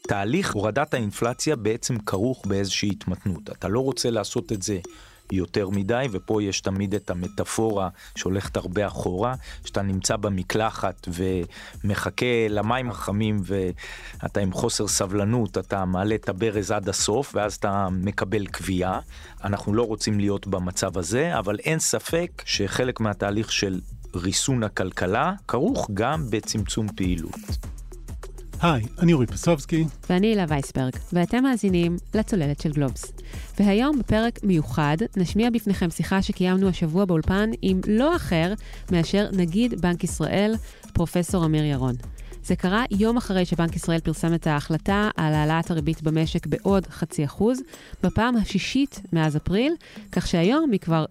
תהליך הורדת האינפלציה בעצם כרוך באיזושהי התמתנות. אתה לא רוצה לעשות את זה יותר מדי, ופה יש תמיד את המטאפורה שהולכת הרבה אחורה, שאתה נמצא במקלחת ומחכה למים החמים ואתה עם חוסר סבלנות, אתה מעלה את הברז עד הסוף ואז אתה מקבל קביעה. אנחנו לא רוצים להיות במצב הזה, אבל אין ספק שחלק מהתהליך של ריסון הכלכלה כרוך גם בצמצום פעילות. היי, אני אורי פסובסקי. ואני הילה וייסברג, ואתם מאזינים לצוללת של גלובס. והיום בפרק מיוחד נשמיע בפניכם שיחה שקיימנו השבוע באולפן עם לא אחר מאשר נגיד בנק ישראל, פרופסור אמיר ירון. זה קרה יום אחרי שבנק ישראל פרסם את ההחלטה על העלאת הריבית במשק בעוד 0.5%, בפעם השישית מאז אפריל, כך שהיום היא כבר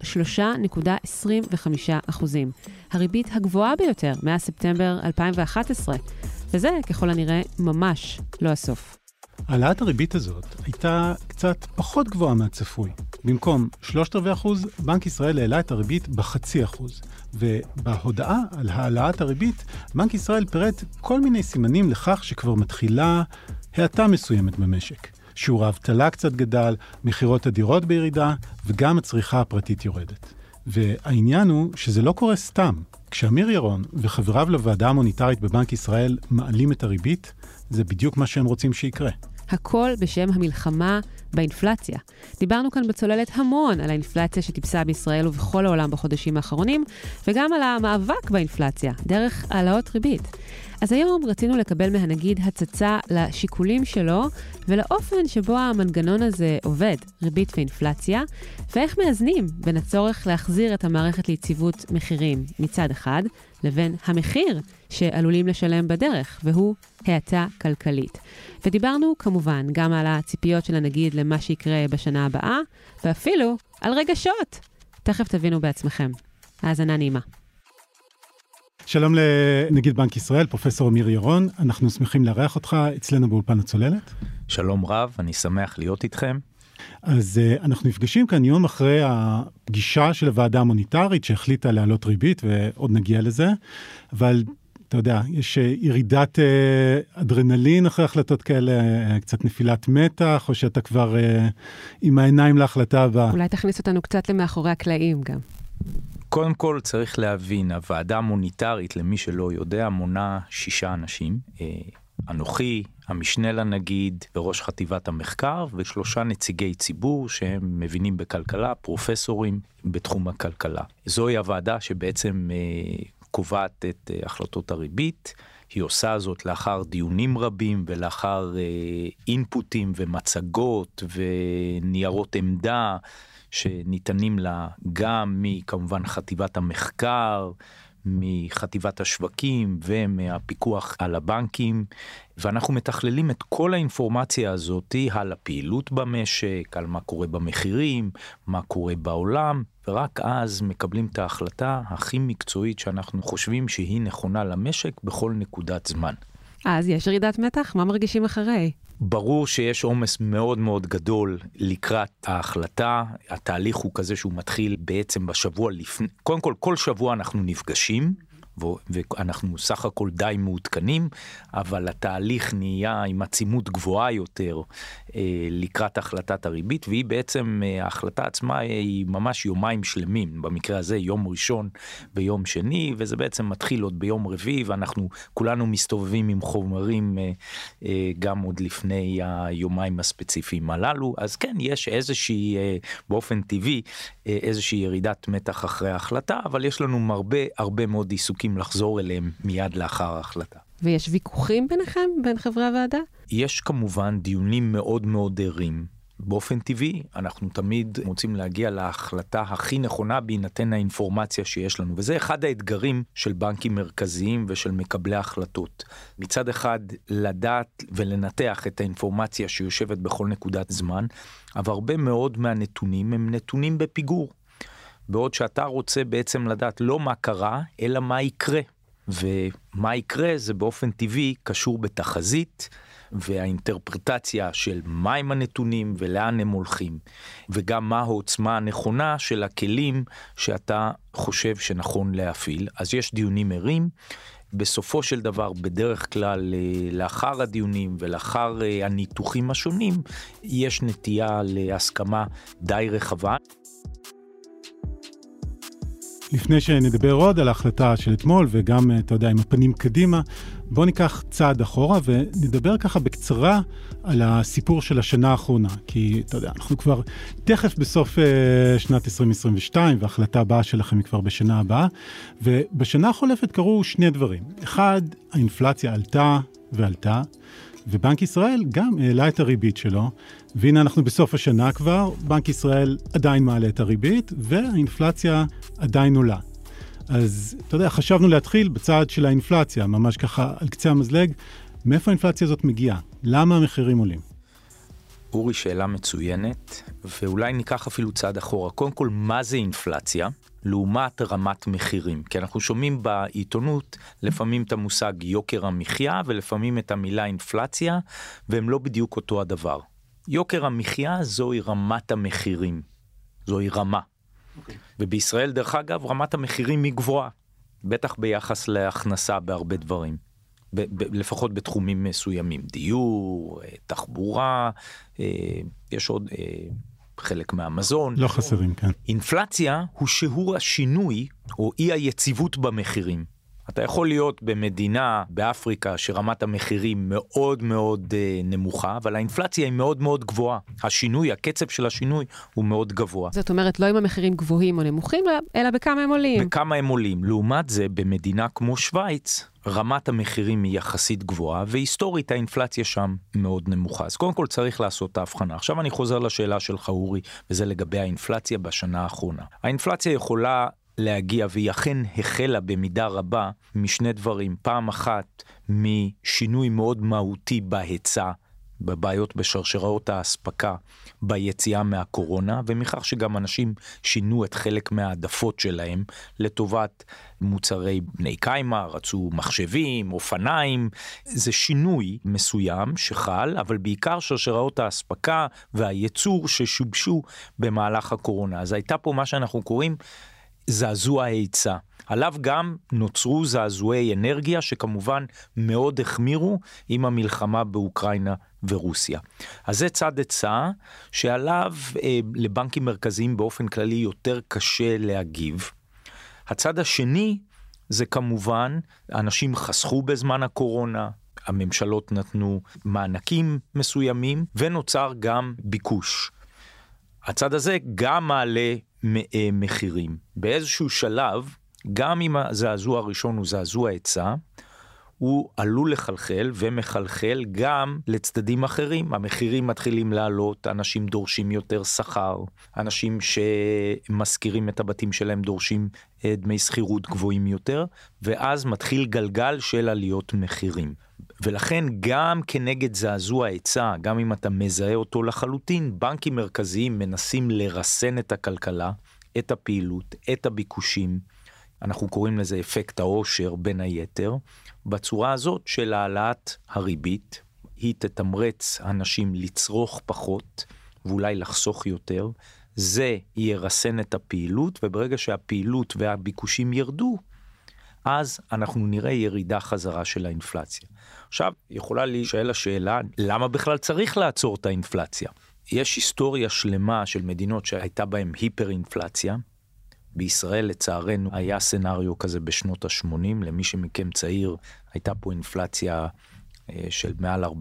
3.25%. הריבית הגבוהה ביותר מאז ספטמבר 2011. וזה, ככל הנראה, ממש לא הסוף. העלאת הריבית הזאת הייתה קצת פחות גבוהה מהצפוי. במקום 0.75%, בנק ישראל העלה את הריבית ב0.5%. ובהודעה על העלאת הריבית, בנק ישראל פירט כל מיני סימנים לכך שכבר מתחילה האטה מסוימת במשק. שיעור האבטלה קצת גדל, מחירות הדירות בירידה, וגם הצריכה הפרטית יורדת. והעניין הוא שזה לא קורה סתם. כשאמיר ירון וחבריו לוועדה המוניטרית בבנק ישראל מעלים את הריבית, זה בדיוק מה שהם רוצים שיקרה. הכל בשם המלחמה באינפלציה. דיברנו כאן בצוללת המון על האינפלציה שטיפסה בישראל ובכל העולם בחודשים האחרונים, וגם על המאבק באינפלציה, דרך העלאות ריבית. אז היום רצינו לקבל מהנגיד הצצה לשיקולים שלו, ולאופן שבו המנגנון הזה עובד, ריבית ואינפלציה, ואיך מאזנים בין הצורך להחזיר את המערכת ליציבות מחירים מצד אחד, לבין המחיר שעלולים לשלם בדרך, והוא האטה כלכלית. ודיברנו כמובן גם על הציפיות של הנגיד למה שיקרה בשנה הבאה, ואפילו על רגשות. תכף תבינו בעצמכם. האזנה נעימה. שלום לנגיד בנק ישראל, פרופסור אמיר ירון. אנחנו שמחים לארח אותך אצלנו באולפן הצוללת. שלום רב, אני שמח להיות איתכם. אז אנחנו נפגשים כאן יום אחרי הפגישה של הוועדה המוניטרית שהחליטה להעלות ריבית, ועוד נגיע לזה. אבל אתה יודע, יש ירידת אדרנלין אחרי החלטות כאלה, קצת נפילת מתח, או שאתה כבר עם העיניים להחלטה הבאה. אולי תכניס אותנו קצת למאחורי הקלעים גם. קודם כל צריך להבין, הוועדה המוניטרית, למי שלא יודע, מונה 6 אנשים. אנוכי, המשנה לנגיד, וראש חטיבת המחקר, ו3 נציגי ציבור שהם מבינים בכלכלה, פרופסורים בתחום הכלכלה. זוהי הוועדה שבעצם קובעת את החלטות הריבית. היא עושה זאת לאחר דיונים רבים ולאחר אינפוטים ומצגות וניירות עמדה שניתנים לה גם מכמובן חטיבת המחקר, מחטיבת השווקים ומהפיקוח על הבנקים, ואנחנו מתכללים את כל האינפורמציה הזאת על הפעילות במשק, על מה קורה במחירים, מה קורה בעולם, ורק אז מקבלים את ההחלטה הכי מקצועית שאנחנו חושבים שהיא נכונה למשק בכל נקודת זמן. אז יש ירידת מתח? מה מרגישים אחרי? ברור שיש עומס מאוד מאוד גדול לקראת ההחלטה. התהליך הוא כזה שהוא מתחיל בעצם בשבוע לפני. קודם כל שבוע אנחנו נפגשים, ואנחנו סך הכל די מעודכנים, אבל התהליך נהיה עם עצימות גבוהה יותר לקראת החלטת הריבית, והיא בעצם, ההחלטה עצמה היא ממש יומיים שלמים, במקרה הזה יום ראשון ויום שני, וזה בעצם מתחיל עוד ביום רביעי, ואנחנו כולנו מסתובבים עם חומרים גם עוד לפני היומיים הספציפיים הללו, אז כן, יש איזושהי, באופן טבעי, איזושהי ירידת מתח אחרי ההחלטה, אבל יש לנו הרבה מאוד עיסוקים לחזור אליהם מיד לאחר ההחלטה. ויש ויכוחים ביניכם, בין חברי הוועדה? יש כמובן דיונים מאוד מאוד ערים. באופן טבעי, אנחנו תמיד רוצים להגיע להחלטה הכי נכונה בהינתן האינפורמציה שיש לנו, וזה אחד האתגרים של בנקים מרכזיים ושל מקבלי ההחלטות. מצד אחד, לדעת ולנתח את האינפורמציה שיושבת בכל נקודת זמן, אבל הרבה מאוד מהנתונים הם נתונים בפיגור. בעוד שאתה רוצה בעצם לדעת לא מה קרה, אלא מה יקרה. ומה יקרה זה באופן טבעי קשור בתחזית, והאינטרפרטציה של מהם הנתונים ולאן הם הולכים. וגם מה העוצמה הנכונה של הכלים שאתה חושב שנכון להפעיל. אז יש דיונים ערים. בסופו של דבר, בדרך כלל, לאחר הדיונים ולאחר הניתוחים השונים, יש נטייה להסכמה די רחבה. לפני שנדבר עוד על ההחלטה של אתמול, וגם, אתה יודע, עם הפנים קדימה, בוא ניקח צעד אחורה, ונדבר ככה בקצרה על הסיפור של השנה האחרונה. כי, אתה יודע, אנחנו כבר תכף בסוף שנת 2022, וההחלטה הבאה שלכם היא כבר בשנה הבאה, ובשנה החולפת קרו שני דברים. אחד, האינפלציה עלתה ועלתה, ובנק ישראל גם העלה את הריבית שלו, והנה אנחנו בסוף השנה כבר, בנק ישראל עדיין מעלה את הריבית, והאינפלציה עדיין עולה. אז אתה יודע, חשבנו להתחיל בצעד של האינפלציה, ממש ככה על קצה המזלג, מאיפה האינפלציה הזאת מגיעה? למה המחירים עולים? אורי, שאלה מצוינת, ואולי ניקח אפילו צעד אחורה. קודם כל, מה זה אינפלציה? לעומת רמת מחירים. כי אנחנו שומעים בעיתונות לפעמים את המושג יוקר המחיה, ולפעמים את המילה אינפלציה, והם לא בדיוק אותו הדבר. יוקר המחיה זוהי רמת המחירים. זוהי רמה. ובישראל, דרך אגב, רמת המחירים היא גבוהה. בטח ביחס להכנסה בהרבה דברים. לפחות בתחומים מסוימים. דיור, תחבורה, יש עוד חלק מהמזון. לא חסרים, כן. אינפלציה הוא שיעור השינוי או אי היציבות במחירים. אתה יכול להיות במדינה באפריקה שרמת המחירים מאוד מאוד נמוכה, אבל האינפלציה היא מאוד מאוד גבוהה. השינוי, הקצב של השינוי הוא מאוד גבוה. זאת אומרת, לא עם המחירים גבוהים או נמוכים, אלא בכמה הם עולים. בכמה הם עולים. לעומת זה, במדינה כמו שוויץ, רמת המחירים היא יחסית גבוהה, והיסטורית האינפלציה שם מאוד נמוכה. אז קודם כל צריך לעשות את ההבחנה. עכשיו אני חוזר לשאלה שלך, אורי, וזה לגבי האינפלציה בשנה האחרונה. האינפלציה יכולה להגיע, והיא אכן החלה במידה רבה משני דברים. פעם אחת, משינוי מאוד מהותי בהיצע, בבעיות בשרשראות האספקה, ביציאה מהקורונה, ומכך שגם אנשים שינו את חלק מהעדפות שלהם לטובת מוצרי בני קיימה, רצו מחשבים, אופניים. זה שינוי מסוים שחל, אבל בעיקר שרשראות האספקה והייצור ששובשו במהלך הקורונה. אז הייתה פה מה שאנחנו קוראים זעזוע ההיצע. עליו גם נוצרו זעזועי אנרגיה שכמובן מאוד החמירו עם המלחמה באוקראינה ורוסיה. אז זה צד היצע שעליו לבנקים מרכזיים באופן כללי יותר קשה להגיב. הצד השני זה כמובן, אנשים חסכו בזמן הקורונה, הממשלות נתנו מענקים מסוימים ונוצר גם ביקוש. הצד הזה גם מעלה מחירים. באיזשהו שלב, גם אם הזעזוע הראשון הוא זעזוע היצע, הוא עלול לחלחל ומחלחל גם לצדדים אחרים. המחירים מתחילים לעלות, אנשים דורשים יותר שכר, אנשים שמזכירים את הבתים שלהם דורשים דמי שכירות גבוהים יותר, ואז מתחיל גלגל של עליות מחירים. ולכן גם כנגד זעזוע היצע, גם אם אתה מזהה אותו לחלוטין, בנקים מרכזיים מנסים לרסן את הכלכלה, את הפעילות, את הביקושים. אנחנו קוראים לזה אפקט העושר בין היתר. בצורה הזאת של העלאת הריבית, היא תתמרץ אנשים לצרוך פחות ואולי לחסוך יותר. זה ירסן את הפעילות, וברגע שהפעילות והביקושים ירדו, אז אנחנו נראה ירידה חזרה של האינפלציה. עכשיו, יכולה להישאל השאלה, למה בכלל צריך לעצור את האינפלציה? יש היסטוריה שלמה של מדינות שהייתה בהן היפר-אינפלציה. בישראל, לצערנו, היה סנריו כזה בשנות ה-80. למי שמכם צעיר, הייתה פה אינפלציה של מעל 400%.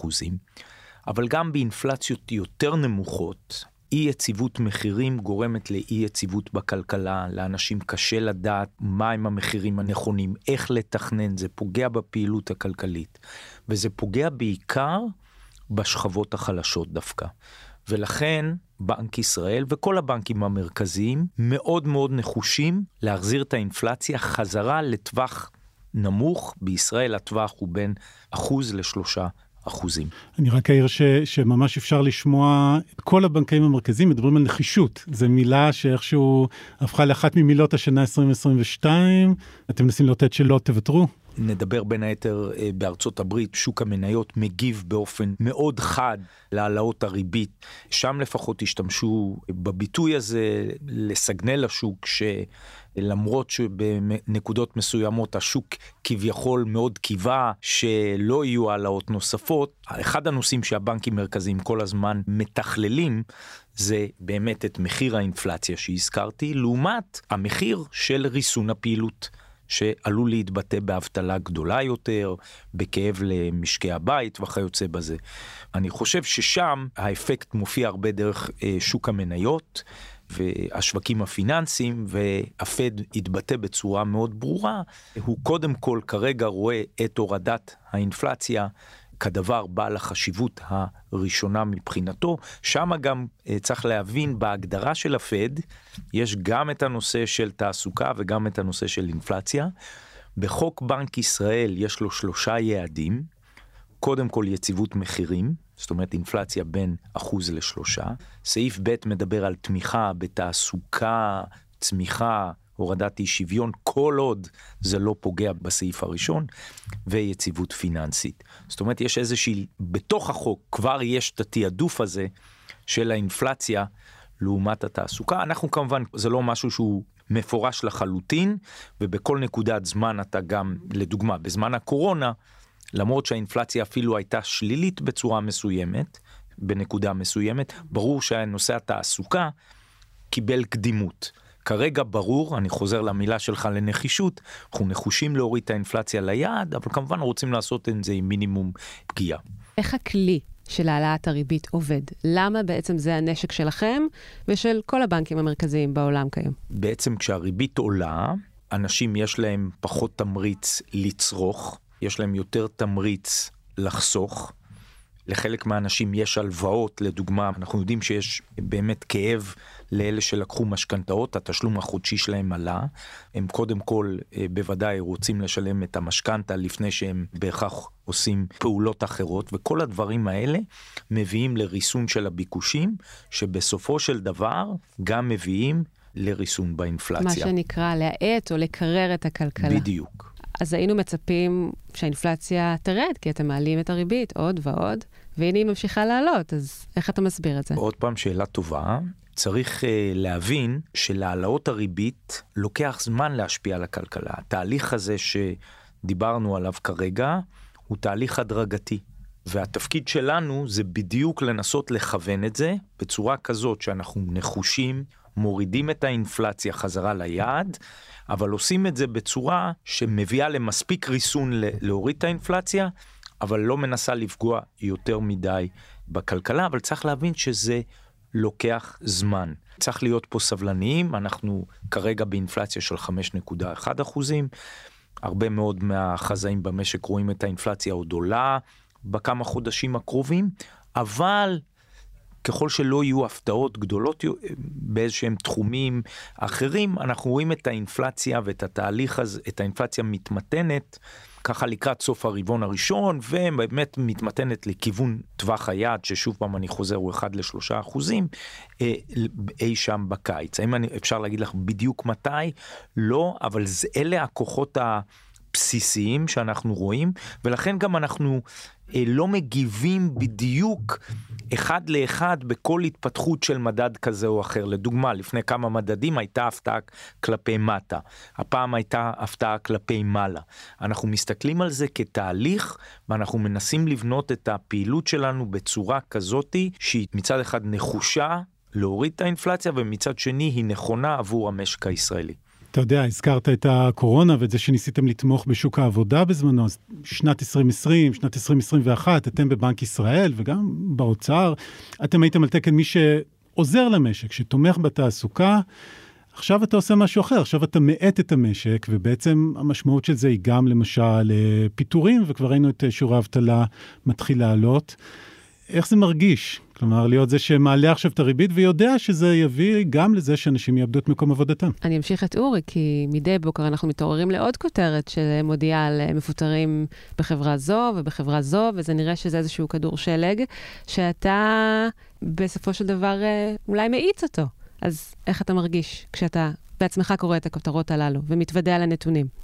אבל גם באינפלציות יותר נמוכות, אי יציבות מחירים גורמת לאי יציבות בכלכלה, לאנשים קשה לדעת מהם המחירים הנכונים, איך לתכנן, זה פוגע בפעילות הכלכלית, וזה פוגע בעיקר בשכבות החלשות דווקא. ולכן בנק ישראל וכל הבנקים המרכזיים מאוד מאוד נחושים להחזיר את האינפלציה חזרה לטווח נמוך. בישראל הטווח הוא בין 1% ל3%. אני רק אעיר שממש אפשר לשמוע את כל הבנקאים המרכזיים מדברים על נחישות. זו מילה שאיכשהו הפכה לאחת ממילות השנה 2022. אתם מנסים לתת שלא תוותרו? נדבר בין היתר בארצות הברית, שוק המניות מגיב באופן מאוד חד להעלאות הריבית. שם לפחות השתמשו בביטוי הזה לסגנל השוק, שלמרות שבנקודות מסוימות השוק כביכול מאוד קיווה שלא יהיו העלאות נוספות, אחד הנושאים שהבנקים מרכזיים כל הזמן מתכללים, זה באמת את מחיר האינפלציה שהזכרתי, לעומת המחיר של ריסון הפעילות, שעלול להתבטא באבטלה גדולה יותר, בכאב למשקי הבית וכיוצא בזה. אני חושב ששם האפקט מופיע הרבה דרך שוק המניות והשווקים הפיננסיים, והפד התבטא בצורה מאוד ברורה. הוא קודם כל כרגע רואה את הורדת האינפלציה כדבר בעל החשיבות הראשונה מבחינתו. שם גם צריך להבין בהגדרה של הפד, יש גם את הנושא של תעסוקה וגם את הנושא של אינפלציה. בחוק בנק ישראל יש לו 3 יעדים. קודם כל יציבות מחירים, זאת אומרת אינפלציה בין 1% ל3. סעיף ב' מדבר על תמיכה בתעסוקה, צמיחה, הורדת אי שוויון, כל עוד זה לא פוגע בסעיף הראשון, ויציבות פיננסית. זאת אומרת, יש איזושהי, בתוך החוק כבר יש את התיעדוף הזה של האינפלציה לעומת התעסוקה. אנחנו כמובן, זה לא משהו שהוא מפורש לחלוטין, ובכל נקודת זמן אתה גם, לדוגמה, בזמן הקורונה, למרות שהאינפלציה אפילו הייתה שלילית בצורה מסוימת, בנקודה מסוימת, ברור שהנושא התעסוקה קיבל קדימות. כרגע ברור, אני חוזר למילה שלך לנחישות, אנחנו נחושים להוריד את האינפלציה ליעד, אבל כמובן רוצים לעשות את זה עם מינימום פגיעה. איך הכלי של העלאת הריבית עובד? למה בעצם זה הנשק שלכם ושל כל הבנקים המרכזיים בעולם כיום? בעצם כשהריבית עולה, אנשים יש להם פחות תמריץ לצרוך, יש להם יותר תמריץ לחסוך, לחלק מהאנשים יש הלוואות, לדוגמה, אנחנו יודעים שיש באמת כאב לאלה שלקחו משכנתאות, התשלום החודשי שלהם עלה, הם קודם כל בוודאי רוצים לשלם את המשכנתה לפני שהם בהכרח עושים פעולות אחרות, וכל הדברים האלה מביאים לריסון של הביקושים, שבסופו של דבר גם מביאים לריסון באינפלציה. מה שנקרא להאט או לקרר את הכלכלה. בדיוק. אז היינו מצפים שהאינפלציה תרד, כי אתם מעלים את הריבית עוד ועוד, והנה היא ממשיכה לעלות, אז איך אתה מסביר את זה? עוד פעם שאלה טובה. צריך להבין שלהעלאות הריבית לוקח זמן להשפיע על הכלכלה. התהליך הזה שדיברנו עליו כרגע הוא תהליך הדרגתי. והתפקיד שלנו זה בדיוק לנסות לכוון את זה בצורה כזאת שאנחנו נחושים, מורידים את האינפלציה חזרה ליעד, אבל עושים את זה בצורה שמביאה למספיק ריסון להוריד את האינפלציה, אבל לא מנסה לפגוע יותר מדי בכלכלה, אבל צריך להבין שזה לוקח זמן. צריך להיות פה סבלניים, אנחנו כרגע באינפלציה של 5.1%, הרבה מאוד מהחזאים במשק רואים את האינפלציה עוד עולה בכמה חודשים הקרובים, אבל ככל שלא יהיו הפתעות גדולות באיזשהם תחומים אחרים, אנחנו רואים את האינפלציה ואת התהליך הזה, את האינפלציה מתמתנת, ככה לקראת סוף הרבעון הראשון, ובאמת מתמתנת לכיוון טווח היעד, ששוב פעם אני חוזר, הוא 1-3%, אי שם בקיץ. האם אפשר להגיד לך בדיוק מתי? לא, אבל אלה הכוחות הבסיסיים שאנחנו רואים, ולכן גם אנחנו לא מגיבים בדיוק אחד לאחד בכל התפתחות של מדד כזה או אחר. לדוגמה, לפני כמה מדדים הייתה הפתעה כלפי מטה, הפעם הייתה הפתעה כלפי מעלה. אנחנו מסתכלים על זה כתהליך, ואנחנו מנסים לבנות את הפעילות שלנו בצורה כזאת, שהיא מצד אחד נחושה להוריד את האינפלציה, ומצד שני היא נכונה עבור המשק הישראלי. אתה יודע, הזכרת את הקורונה ואת זה שניסיתם לתמוך בשוק העבודה בזמנו, אז שנת 2020, שנת 2021, אתם בבנק ישראל וגם באוצר, אתם הייתם על תקן מי שעוזר למשק, שתומך בתעסוקה, עכשיו אתה עושה משהו אחר, עכשיו אתה מאט את המשק, ובעצם המשמעות של זה היא גם למשל פיטורים, וכבר ראינו את שיעור האבטלה מתחיל לעלות. איך זה מרגיש? כלומר, להיות זה שמעלה עכשיו את הריבית, ויודע שזה יביא גם לזה שאנשים יאבדו את מקום עבודתם. אני אמשיך את אורי, כי מדי בוקר אנחנו מתעוררים לעוד כותרת של מודיעה על מפוטרים בחברה זו ובחברה זו, וזה נראה שזה איזשהו כדור שלג, שאתה בסופו של דבר אולי מאיץ אותו. אז איך אתה מרגיש כשאתה בעצמך קורא את הכותרות הללו ומתוודע על הנתונים?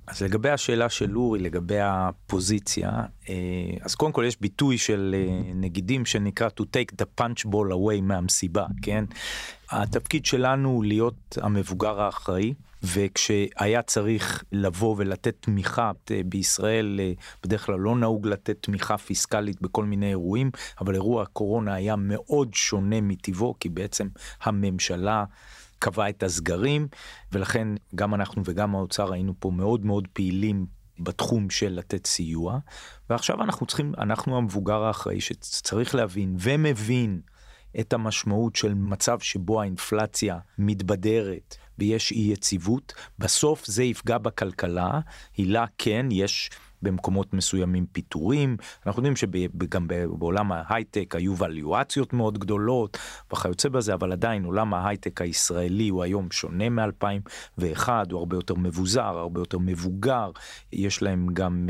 אז לגבי השאלה של אורי, לגבי הפוזיציה, אז קודם כל יש ביטוי של נגידים שנקרא to take the punch ball away מהמסיבה, כן? התפקיד שלנו הוא להיות המבוגר האחראי, וכשהיה צריך לבוא ולתת תמיכה בישראל, בדרך כלל לא נהוג לתת תמיכה פיסקלית בכל מיני אירועים, אבל אירוע הקורונה היה מאוד שונה מטבעו, כי בעצם הממשלה קבע את הסגרים, ולכן גם אנחנו וגם האוצר היינו פה מאוד מאוד פעילים בתחום של לתת סיוע, ועכשיו אנחנו המבוגר האחראי שצריך להבין ומבין את המשמעות של מצב שבו האינפלציה מתבדרת ויש אי יציבות, בסוף זה יפגע בכלכלה, הילה כן, יש במקומות מסוימים פיתורים, אנחנו יודעים שגם בעולם ההייטק היו ואליואציות מאוד גדולות וכיוצא בזה, אבל עדיין עולם ההייטק הישראלי הוא היום שונה מ-2001, הוא הרבה יותר מבוזר, הרבה יותר מבוגר, יש להם גם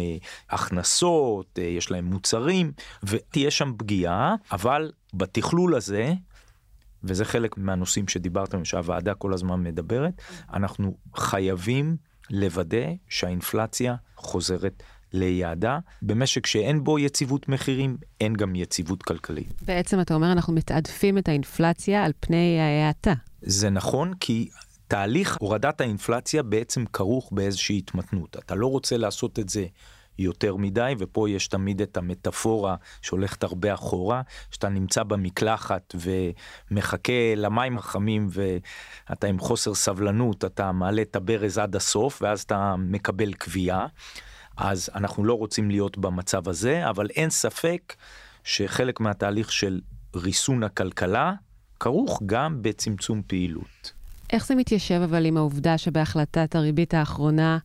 הכנסות, יש להם מוצרים, ותהיה שם פגיעה, אבל בתכלול הזה, וזה חלק מהנושאים שדיברתם, שהוועדה כל הזמן מדברת, אנחנו חייבים לוודא שהאינפלציה חוזרת ליעדה. במשק שאין בו יציבות מחירים, אין גם יציבות כלכלית. בעצם אתה אומר, אנחנו מתעדפים את האינפלציה על פני ההאטה. זה נכון, כי תהליך הורדת האינפלציה בעצם כרוך באיזושהי התמתנות. אתה לא רוצה לעשות את זה יותר מדי, ופה יש תמיד את המטאפורה שהולכת הרבה אחורה, שאתה נמצא במקלחת ומחכה למים החמים, ואתה עם חוסר סבלנות, אתה מעלה את הברז עד הסוף, ואז אתה מקבל קביעה. אז אנחנו לא רוצים להיות במצב הזה, אבל אין ספק שחלק מהתהליך של ריסון הכלכלה כרוך גם בצמצום פעילות. איך זה מתיישב אבל עם העובדה שבהחלטת הריבית האחרונה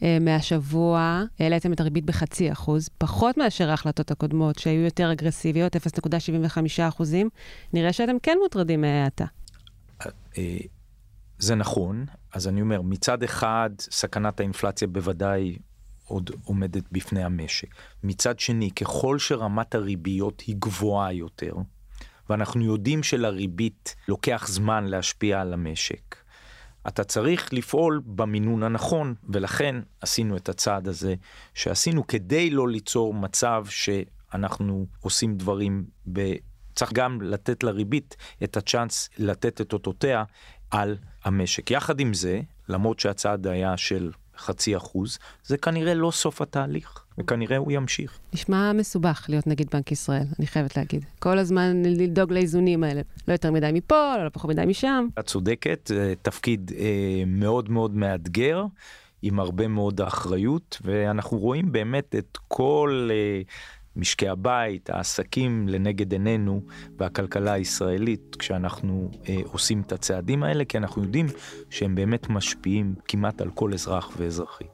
מהשבוע, העליתם את הריבית ב0.5%, פחות מאשר ההחלטות הקודמות שהיו יותר אגרסיביות, 0.75%, נראה שאתם כן מוטרדים מההאטה. זה נכון, אז אני אומר, מצד אחד, סכנת האינפלציה בוודאי עוד עומדת בפני המשק. מצד שני, ככל שרמת הריביות היא גבוהה יותר, ואנחנו יודעים שלריבית לוקח זמן להשפיע על המשק, אתה צריך לפעול במינון הנכון, ולכן עשינו את הצעד הזה שעשינו כדי לא ליצור מצב שאנחנו עושים דברים, צריך גם לתת לריבית את הצ'אנס לתת את אותותיה על המשק. יחד עם זה, למרות שהצעד היה של 0.5%, זה כנראה לא סוף התהליך, וכנראה הוא ימשיך. נשמע מסובך להיות נגיד בנק ישראל, אני חייבת להגיד. כל הזמן לדאוג לאיזונים האלה. לא יותר מדי מפה, לא פחות מדי משם. את צודקת, זה תפקיד מאוד מאוד מאתגר, עם הרבה מאוד אחריות, ואנחנו רואים באמת את כל משקי הבית, העסקים לנגד עינינו, והכלכלה הישראלית, כשאנחנו עושים את הצעדים האלה, כי אנחנו יודעים שהם באמת משפיעים כמעט על כל אזרח ואזרחית.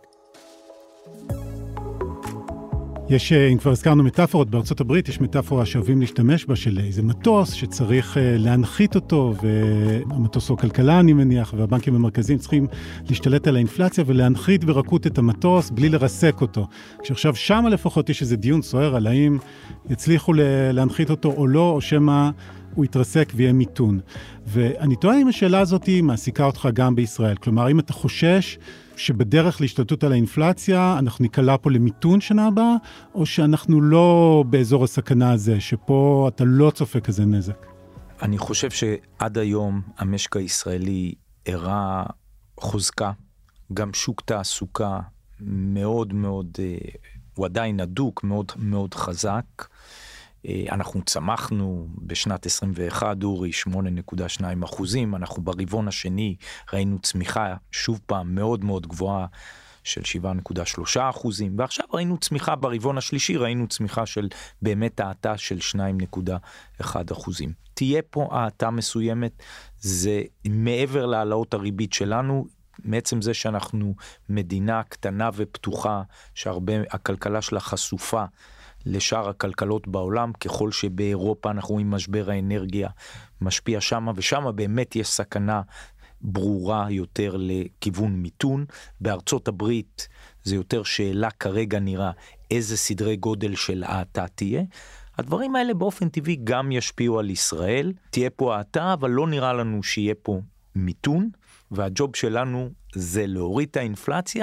יש, אם כבר הזכרנו מטאפורות, בארצות הברית יש מטאפורה שאוהבים להשתמש בה של איזה מטוס שצריך להנחית אותו, והמטוס הוא כלכלה אני מניח, והבנקים המרכזיים צריכים להשתלט על האינפלציה ולהנחית ברכות את המטוס בלי לרסק אותו. כשעכשיו שם לפחות יש איזה דיון סוער על האם יצליחו להנחית אותו או לא, או שמה הוא יתרסק ויהיה מיתון. ואני תוהה אם השאלה הזאת מעסיקה אותך גם בישראל. כלומר, אם אתה חושש שבדרך להשתלטות על האינפלציה אנחנו ניקלע פה למיתון שנה הבאה, או שאנחנו לא באזור הסכנה הזה, שפה אתה לא צופה כזה נזק? אני חושב שעד היום המשק הישראלי הראה חוזקה, גם שוק תעסוקה מאוד מאוד, הוא עדיין הדוק, מאוד מאוד חזק. אנחנו צמחנו בשנת 21, אורי, 8.2%, אנחנו ברבעון השני ראינו צמיחה שוב פעם מאוד מאוד גבוהה של 7.3%, ועכשיו ראינו צמיחה ברבעון השלישי, ראינו צמיחה של באמת האטה של 2.1%. תהיה פה האטה מסוימת, זה מעבר להעלאות הריבית שלנו, מעצם זה שאנחנו מדינה קטנה ופתוחה, הכלכלה שלה חשופה לשאר הכלכלות בעולם, ככל שבאירופה אנחנו רואים משבר האנרגיה משפיע שמה, ושמה באמת יש סכנה ברורה יותר לכיוון מיתון. בארצות הברית זה יותר שאלה כרגע נראה איזה סדרי גודל של האטה תהיה. הדברים האלה באופן טבעי גם ישפיעו על ישראל, תהיה פה האטה, אבל לא נראה לנו שיהיה פה מיתון, והג'וב שלנו זה להוריד את האינפלציה,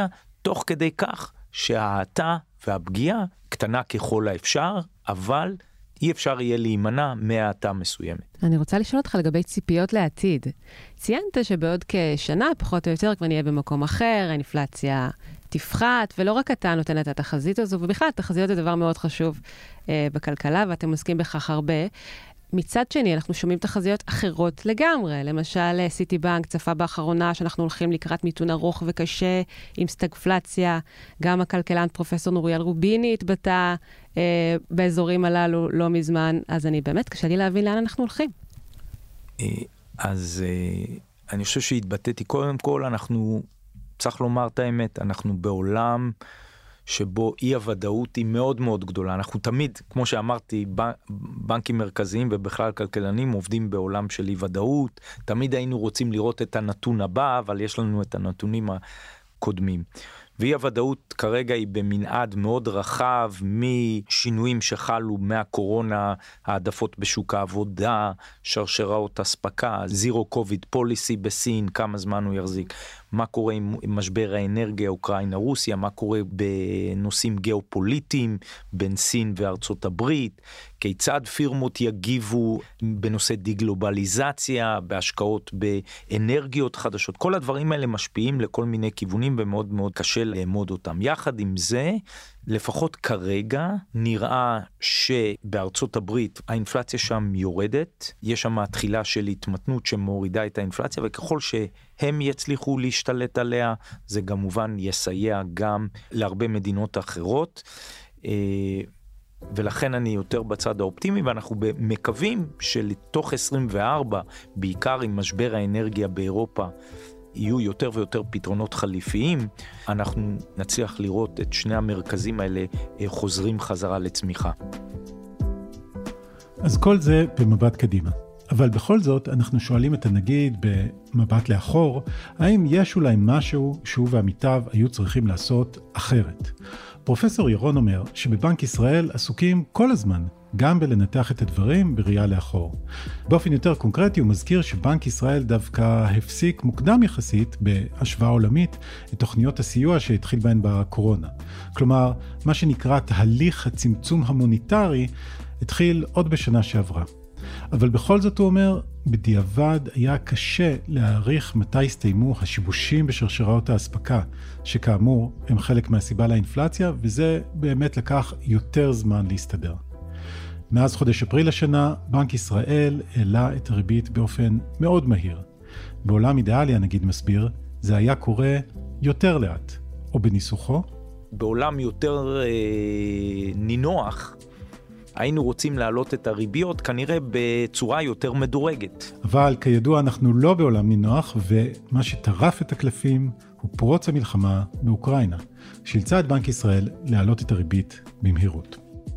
תוך כדי כך שההאטה והפגיעה קטנה ככל האפשר, אבל אי אפשר יהיה להימנע מההאטה מסוימת. אני רוצה לשאול אותך לגבי ציפיות לעתיד. ציינת שבעוד כשנה, פחות או יותר, כבר נהיה במקום אחר, האינפלציה תפחת, ולא רק אתה נותן את התחזית הזו, ובכלל, תחזיות זה דבר מאוד חשוב בכלכלה, ואתם עוסקים בכך הרבה. מצד שני, אנחנו שומעים תחזיות אחרות לגמרי. למשל, סיטי בנק צפה באחרונה שאנחנו הולכים לקראת מיתון ארוך וקשה עם סטגפלציה. גם הכלכלן פרופסור נוריאל רוביני התבטא באזורים הללו לא מזמן. אז אני באמת, קשה לי להבין לאן אנחנו הולכים. אז אני חושב שהתבטאתי. קודם כל, אנחנו, צריך לומר את האמת, אנחנו בעולם שבו אי הוודאות היא מאוד מאוד גדולה. אנחנו תמיד, כמו שאמרתי, בנקים מרכזיים ובכלל כלכלנים עובדים בעולם של אי ודאות. תמיד היינו רוצים לראות את הנתון הבא, אבל יש לנו את הנתונים הקודמים. ואי הוודאות כרגע היא במנעד מאוד רחב, משינויים שחלו מהקורונה, העדפות בשוק העבודה, שרשראות הספקה, זירו קוביד פוליסי בסין, כמה זמן הוא יחזיק, מה קורה עם משבר האנרגיה, אוקראינה, רוסיה, מה קורה בנושאים גיאופוליטיים, בין סין וארצות הברית, כיצד פירמות יגיבו בנושא דיגלובליזציה, בהשקעות באנרגיות חדשות, כל הדברים האלה משפיעים לכל מיני כיוונים ומאוד מאוד קשה לעמוד אותם. יחד עם זה, לפחות כרגע נראה שבארצות הברית האינפלציה שם יורדת, יש שם התחילה של התמתנות שמורידה את האינפלציה, וככל שהם יצליחו להשתלט עליה, זה כמובן יסייע גם להרבה מדינות אחרות, ולכן אני יותר בצד האופטימי, ואנחנו מקווים שלתוך 24, בעיקר עם משבר האנרגיה באירופה, יהיו יותר ויותר פתרונות חליפיים, אנחנו נצליח לראות את שני המרכזים האלה חוזרים חזרה לצמיחה. אז כל זה במבט קדימה. אבל בכל זאת אנחנו שואלים את הנגיד במבט לאחור, האם יש אולי משהו שהוא ועמיתיו היו צריכים לעשות אחרת? פרופסור ירון אומר שבבנק ישראל עסוקים כל הזמן גם בלנתח את הדברים בראייה לאחור. באופן יותר קונקרטי הוא מזכיר שבנק ישראל דווקא הפסיק מוקדם יחסית בהשוואה עולמית את תוכניות הסיוע שהתחיל בהן בקורונה. כלומר, מה שנקרא תהליך הצמצום המוניטרי התחיל עוד בשנה שעברה. אבל בכל זאת הוא אומר, בדיעבד היה קשה להעריך מתי הסתיימו השיבושים בשרשראות האספקה, שכאמור הם חלק מהסיבה לאינפלציה, וזה באמת לקח יותר זמן להסתדר. מאז חודש אפריל השנה, בנק ישראל העלה את הריבית באופן מאוד מהיר. בעולם אידיאלי, הנגיד מסביר, זה היה קורה יותר לאט, או בניסוחו. בעולם יותר נינוח, היינו רוצים להעלות את הריביות כנראה בצורה יותר מדורגת. אבל כידוע אנחנו לא בעולם נינוח, ומה שטרף את הקלפים הוא פרוץ המלחמה באוקראינה, שאילצה את בנק ישראל להעלות את הריבית במהירות.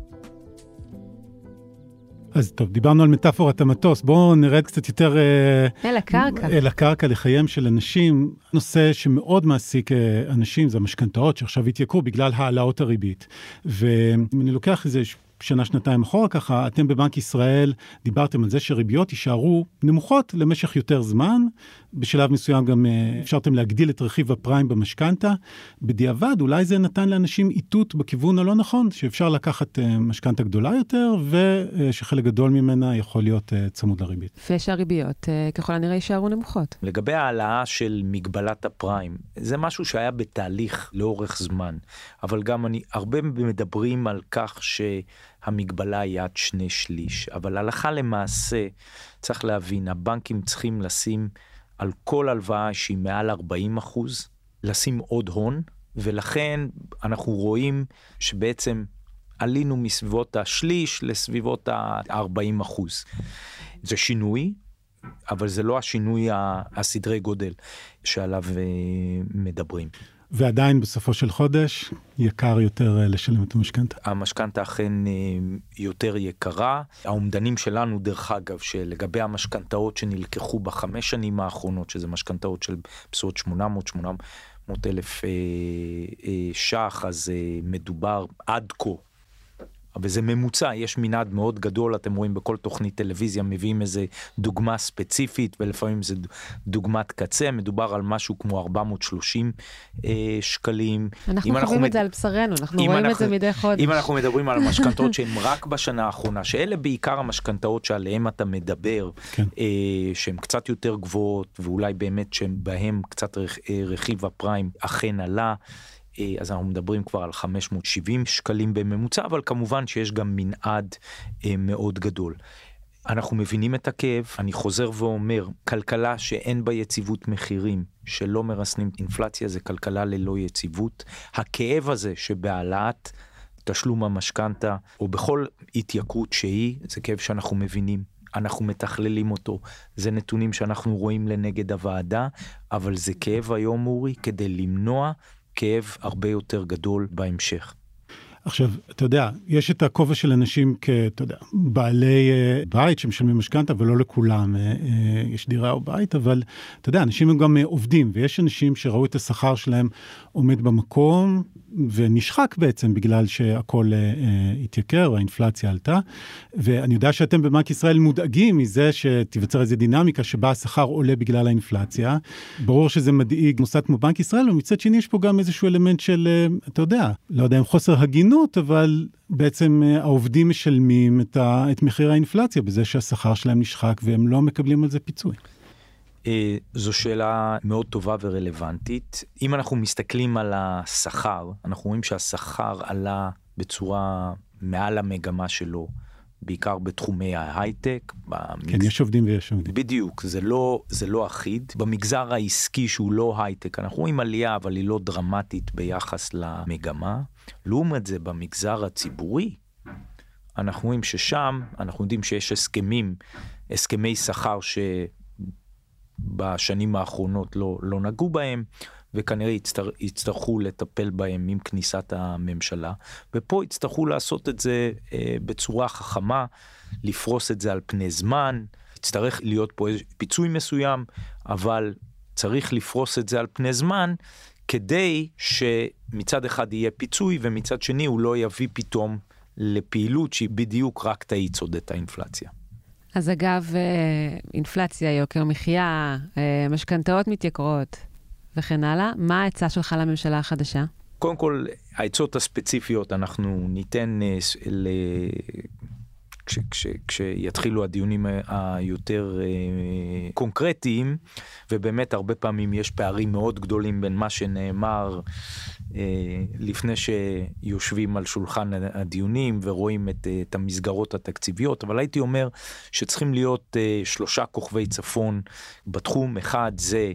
אז טוב, דיברנו על מטאפורת המטוס, בואו נרד קצת יותר אל הקרקע לחיים של אנשים. נושא שמאוד מעסיק אנשים זה המשכנתאות שעכשיו התייקרו בגלל העלאות הריבית. ואני לוקח איזה שנה, שנתיים אחורה ככה, אתם בבנק ישראל דיברתם על זה שריביות יישארו נמוכות למשך יותר זמן, בשלב מסוים גם אפשרתם להגדיל את רכיב הפריים במשכנתה, בדיעבד אולי זה נתן לאנשים איתות בכיוון הלא נכון, שאפשר לקחת משכנתה גדולה יותר, ושחלק גדול ממנה יכול להיות צמוד לריבית. ושהריביות ככל הנראה יישארו נמוכות. לגבי העלאה של מגבלת הפריים, זה משהו שהיה בתהליך לאורך זמן, אבל גם הרבה מדברים על כך שהמגבלה היא עד 2/3, אבל הלכה למעשה צריך להבין, הבנקים צריכים לשים על כל הלוואה שהיא מעל 40%, לשים עוד הון, ולכן אנחנו רואים שבעצם עלינו מסביבות השליש לסביבות ה-40%. זה שינוי, אבל זה לא השינוי הסדרי גודל שעליו מדברים. ועדיין בסופו של חודש יקר יותר לשלם את המשכנתה. המשכנתה אכן יותר יקרה. האומדנים שלנו דרך אגב שלגבי המשכנתאות שנלקחו ב5 שנים האחרונות, שזה משכנתאות של בסביבות 800,000 ש"ח, אז מדובר עד כה וזה ממוצע, יש מנעד מאוד גדול, אתם רואים בכל תוכנית טלוויזיה, מביאים איזה דוגמה ספציפית, ולפעמים זה דוגמת קצה, מדובר על משהו כמו 430 שקלים. אנחנו חווים את זה על בשרנו, אנחנו רואים את זה מדי חודש. אם אנחנו מדברים על המשכנתאות שהן רק בשנה האחרונה, שאלה בעיקר המשכנתאות שעליהן אתה מדבר, שהן קצת יותר גבוהות, ואולי באמת שבהן קצת רכיב הפריים אכן עלה, אז אנחנו מדברים כבר על 570 שקלים בממוצע, אבל כמובן שיש גם מנעד מאוד גדול. אנחנו מבינים את הכאב, אני חוזר ואומר, כלכלה שאין בה יציבות מחירים, שלא מרסנים אינפלציה, זה כלכלה ללא יציבות. הכאב הזה שבהעלאת תשלום המשכנתה, או בכל התייקרות שהיא, זה כאב שאנחנו מבינים. אנחנו מתכללים אותו, זה נתונים שאנחנו רואים לנגד הוועדה, אבל זה כאב היום, אורי, כדי למנוע כאב הרבה יותר גדול בהמשך. עכשיו, אתה יודע, יש את הכובע של אנשים בעלי בית שמשלמים משכנתה, ולא לכולם יש דירה או בית, אבל אתה יודע, אנשים הם גם עובדים, ויש אנשים שראו את השכר שלהם עומד במקום, ונשחק בעצם בגלל שהכל התייקר, והאינפלציה עלתה, ואני יודע שאתם בבנק ישראל מודאגים מזה שתיווצר איזו דינמיקה שבה השכר עולה בגלל האינפלציה. ברור שזה מדאיג מוסד כמו בנק ישראל, ומצד שני יש פה גם איזשהו אלמנט של, אתה יודע, לא יודע אם חוסר הגינות, אבל בעצם העובדים משלמים את מחיר האינפלציה, בזה שהשכר שלהם נשחק, והם לא מקבלים על זה פיצוי. זו שאלה מאוד טובה ורלוונטית. אם אנחנו מסתכלים על השכר, אנחנו רואים שהשכר עלה בצורה מעל המגמה שלו, בעיקר בתחומי ההייטק. כן, יש עובדים ויש עובדים. בדיוק, זה לא אחיד. במגזר העסקי שהוא לא הייטק, אנחנו רואים עלייה, אבל היא לא דרמטית ביחס למגמה. לעומת זה, במגזר הציבורי, אנחנו רואים ששם, אנחנו יודעים שיש הסכמי שכר בשנים האחרונות לא נגעו בהם, וכנראה יצטרכו לטפל בהם עם כניסת הממשלה, ופה יצטרכו לעשות את זה בצורה חכמה, לפרוס את זה על פני זמן, יצטרך להיות פה פיצוי מסוים, אבל צריך לפרוס את זה על פני זמן, כדי שמצד אחד יהיה פיצוי, ומצד שני הוא לא יביא פתאום לפעילות שהיא בדיוק רק תאיץ עוד את האינפלציה. אז אגב, אינפלציה, יוקר מחיה, משכנתאות מתייקרות וכן הלאה, מה העצה שלך לממשלה החדשה? קודם כל, העצות הספציפיות אנחנו ניתן כשיתחילו הדיונים היותר קונקרטיים, ובאמת הרבה פעמים יש פערים מאוד גדולים בין מה שנאמר לפני שיושבים על שולחן הדיונים ורואים את המסגרות התקציביות, אבל הייתי אומר שצריכים להיות 3 כוכבי צפון בתחום. אחד זה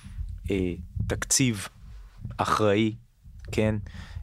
תקציב אחראי, כן,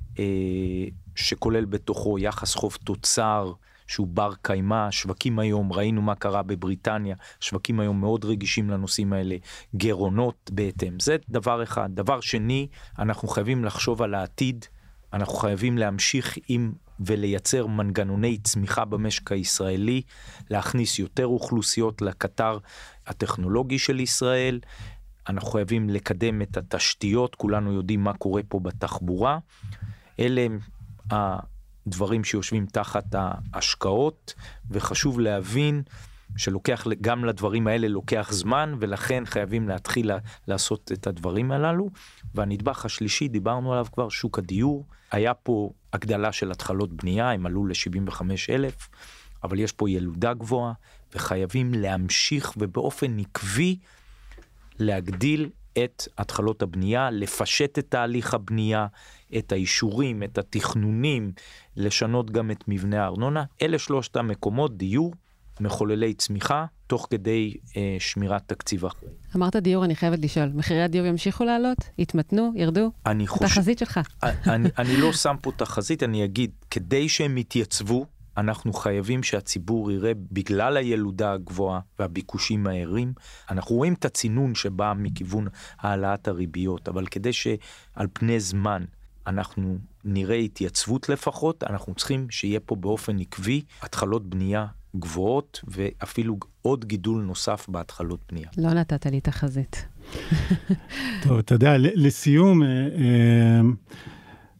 שכולל בתוכו יחס חוב תוצר שהוא בר קיימה. שווקים היום, ראינו מה קרה בבריטניה, שווקים היום מאוד רגישים לנושאים האלה, גירעונות בהתאם. זה דבר אחד. דבר שני, אנחנו חייבים לחשוב על העתיד, אנחנו חייבים להמשיך ולייצר מנגנוני צמיחה במשק הישראלי, להכניס יותר אוכלוסיות לקטר הטכנולוגי של ישראל, אנחנו חייבים לקדם את התשתיות, כולנו יודעים מה קורה פה בתחבורה, אלה הם הדברים שיושבים תחת ההשקעות, וחשוב להבין שלוקח, גם לדברים האלה לוקח זמן, ולכן חייבים להתחיל לעשות את הדברים הללו. והנדבך השלישי, דיברנו עליו כבר, שוק הדיור, היה פה הגדלה של התחלות בנייה, הם עלו ל-75,000, אבל יש פה ילודה גבוהה, וחייבים להמשיך ובאופן עקבי להגדיל את התחלות הבנייה, לפשט את תהליך הבנייה, את האישורים, את התכנונים, לשנות גם את מבנה הארנונה. אלה 3 המקומות, דיור, מחוללי צמיחה, תוך כדי שמירת תקציב אחרי. אמרת דיור, אני חייבת לשאול, מחירי הדיור ימשיכו לעלות? יתמתנו? ירדו? תחזית שלך. אני לא שם פה תחזית, אני אגיד, כדי שהם יתייצבו, אנחנו חייבים שהציבור יראה, בגלל הילודה הגבוהה והביקושים מהירים, אנחנו רואים את הצינון שבא מכיוון העלאת הריביות, אבל כדי שעל פני זמן אנחנו נראה התייצבות לפחות, אנחנו צריכים שיהיה פה באופן עקבי התחלות בנייה גבוהות, ואפילו עוד גידול נוסף בהתחלות בנייה. לא נתת לי תחזית. טוב, אתה יודע, לסיום,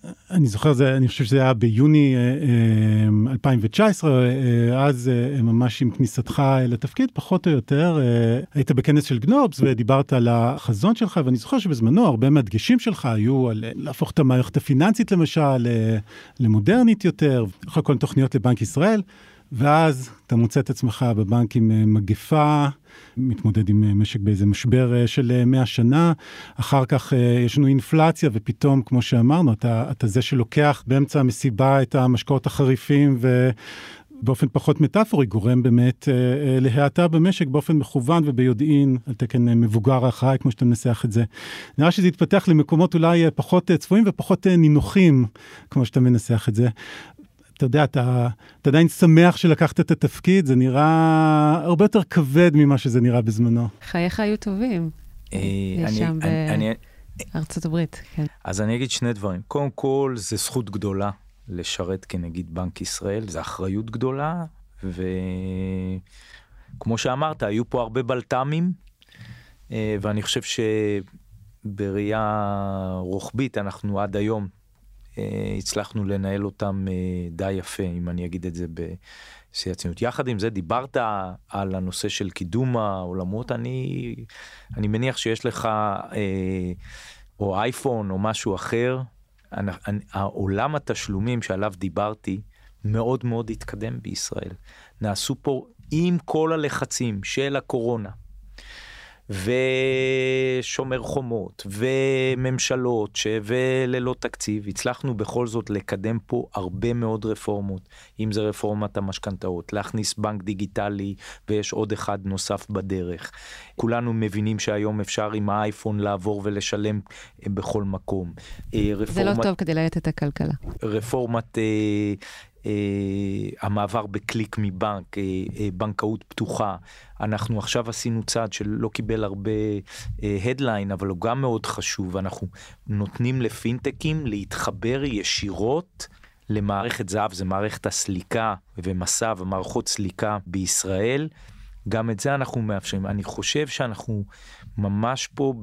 אני זוכר, אני חושב שזה היה ביוני 2019, אז ממש עם כניסתך לתפקיד, פחות או יותר, היית בכנס של גנובס ודיברת על החזון שלך, ואני זוכר שבזמנו הרבה מהדגשים שלך היו על להפוך את המערכת הפיננסית למשל, למודרנית יותר, אחרי כל תוכניות לבנק ישראל, ואז אתה מוצא את עצמך בבנק עם מגפה, מתמודד עם משק באיזה משבר של 100 שנה, אחר כך יש לנו אינפלציה, ופתאום, כמו שאמרנו, אתה זה שלוקח באמצע המסיבה את המשקאות החריפים, ובאופן פחות מטאפורי, גורם באמת להאטה במשק, באופן מכוון וביודעין, על תקן מבוגר אחראי, כמו שאתה מנסח את זה. נראה שזה יתפתח למקומות אולי פחות צפויים, ופחות נינוחים, כמו שאתה מנסח את זה. אתה יודע, אתה עדיין שמח שלקחת את התפקיד, זה נראה הרבה יותר כבד ממה שזה נראה בזמנו. חייך היו טובים. שם בארצות הברית, כן. אז אני אגיד שני דברים. קודם כל, זה זכות גדולה לשרת כנגיד בנק ישראל, זה אחריות גדולה, וכמו שאמרת, היו פה הרבה בלת"מים, ואני חושב שבראייה רוחבית, אנחנו עד היום, הצלחנו לנהל אותם די יפה, אם אני אגיד את זה בשיא הרצינות. יחד עם זה, דיברת על הנושא של קידום העולמות, אני מניח שיש לך או אייפון או משהו אחר, העולם התשלומים שעליו דיברתי, מאוד מאוד התקדם בישראל. נעשו פה עם כל הלחצים של הקורונה, ושומר חומות, וממשלות, וללא תקציב, הצלחנו בכל זאת לקדם פה הרבה מאוד רפורמות, אם זה רפורמת המשכנתאות, להכניס בנק דיגיטלי, ויש עוד אחד נוסף בדרך. כולנו מבינים שהיום אפשר עם האייפון לעבור ולשלם בכל מקום. זה לא טוב כדי להאט את הכלכלה. רפורמת המעבר בקליק מבנק, בנקאות פתוחה. אנחנו עכשיו עשינו צעד שלא קיבל הרבה הדליין, אבל הוא גם מאוד חשוב. אנחנו נותנים לפינטקים להתחבר ישירות למערכת זהב, זה מערכת הסליקה ומסע ומערכות סליקה בישראל. גם את זה אנחנו מאפשרים. אני חושב שאנחנו ממש פה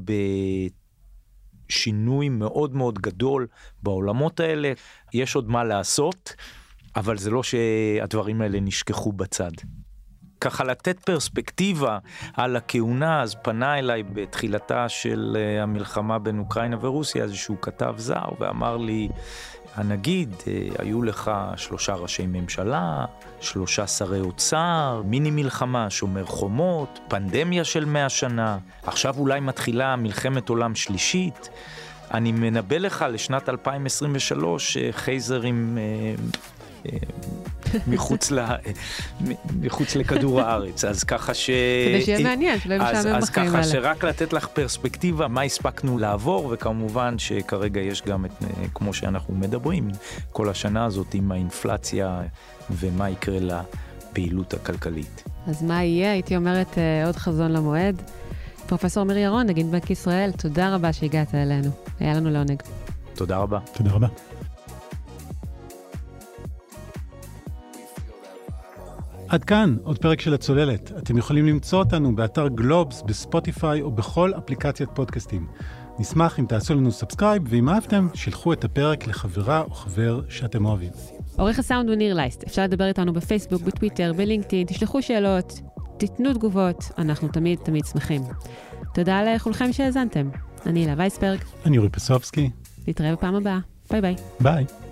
בשינוי מאוד מאוד גדול בעולמות האלה. יש עוד מה לעשות, אבל זה לא שהדברים האלה נשכחו בצד. ככה לתת פרספקטיבה על הכהונה, אז פנה אליי בתחילתה של המלחמה בין אוקראינה ורוסיה, איזשהו כתב זר, ואמר לי, הנגיד, היו לך 3 ראשי ממשלה, 3 שרי אוצר, מיני מלחמה, שומר חומות, פנדמיה של 100 שנה, עכשיו אולי מתחילה מלחמת עולם שלישית, אני מנבא לך לשנת 2023 חייזרים מחוץ לכדור הארץ, אז ככה כדי שיהיה מעניין, שלא ימשעמם בחיים האלה. אז ככה שרק לתת לך פרספקטיבה, מה הספקנו לעבור, וכמובן שכרגע יש גם את, כמו שאנחנו מדברים, כל השנה הזאת עם האינפלציה, ומה יקרה לפעילות הכלכלית. אז מה יהיה? הייתי אומרת עוד חזון למועד. פרופסור אמיר ירון, נגיד בנק ישראל, תודה רבה שהגעת אלינו. היה לנו לעונג. תודה רבה. תודה רבה. עד כאן, עוד פרק של הצוללת. אתם יכולים למצוא אותנו באתר גלובס, בספוטיפיי או בכל אפליקציית פודקאסטים. נשמח אם תעשו לנו סאבסקרייב, ואם אהבתם, שילחו את הפרק לחברה או חבר שאתם אוהבים. עורך הסאונד הוא ניר לייסט. אפשר לדבר איתנו בפייסבוק, בטוויטר, בלינקדאין, תשלחו שאלות, תיתנו תגובות, אנחנו תמיד שמחים. תודה לכולכם שהאזנתם. אני הילה וייסברג. אני אורי פסובסקי. נתראה בפעם הבאה. ביי ביי. ביי.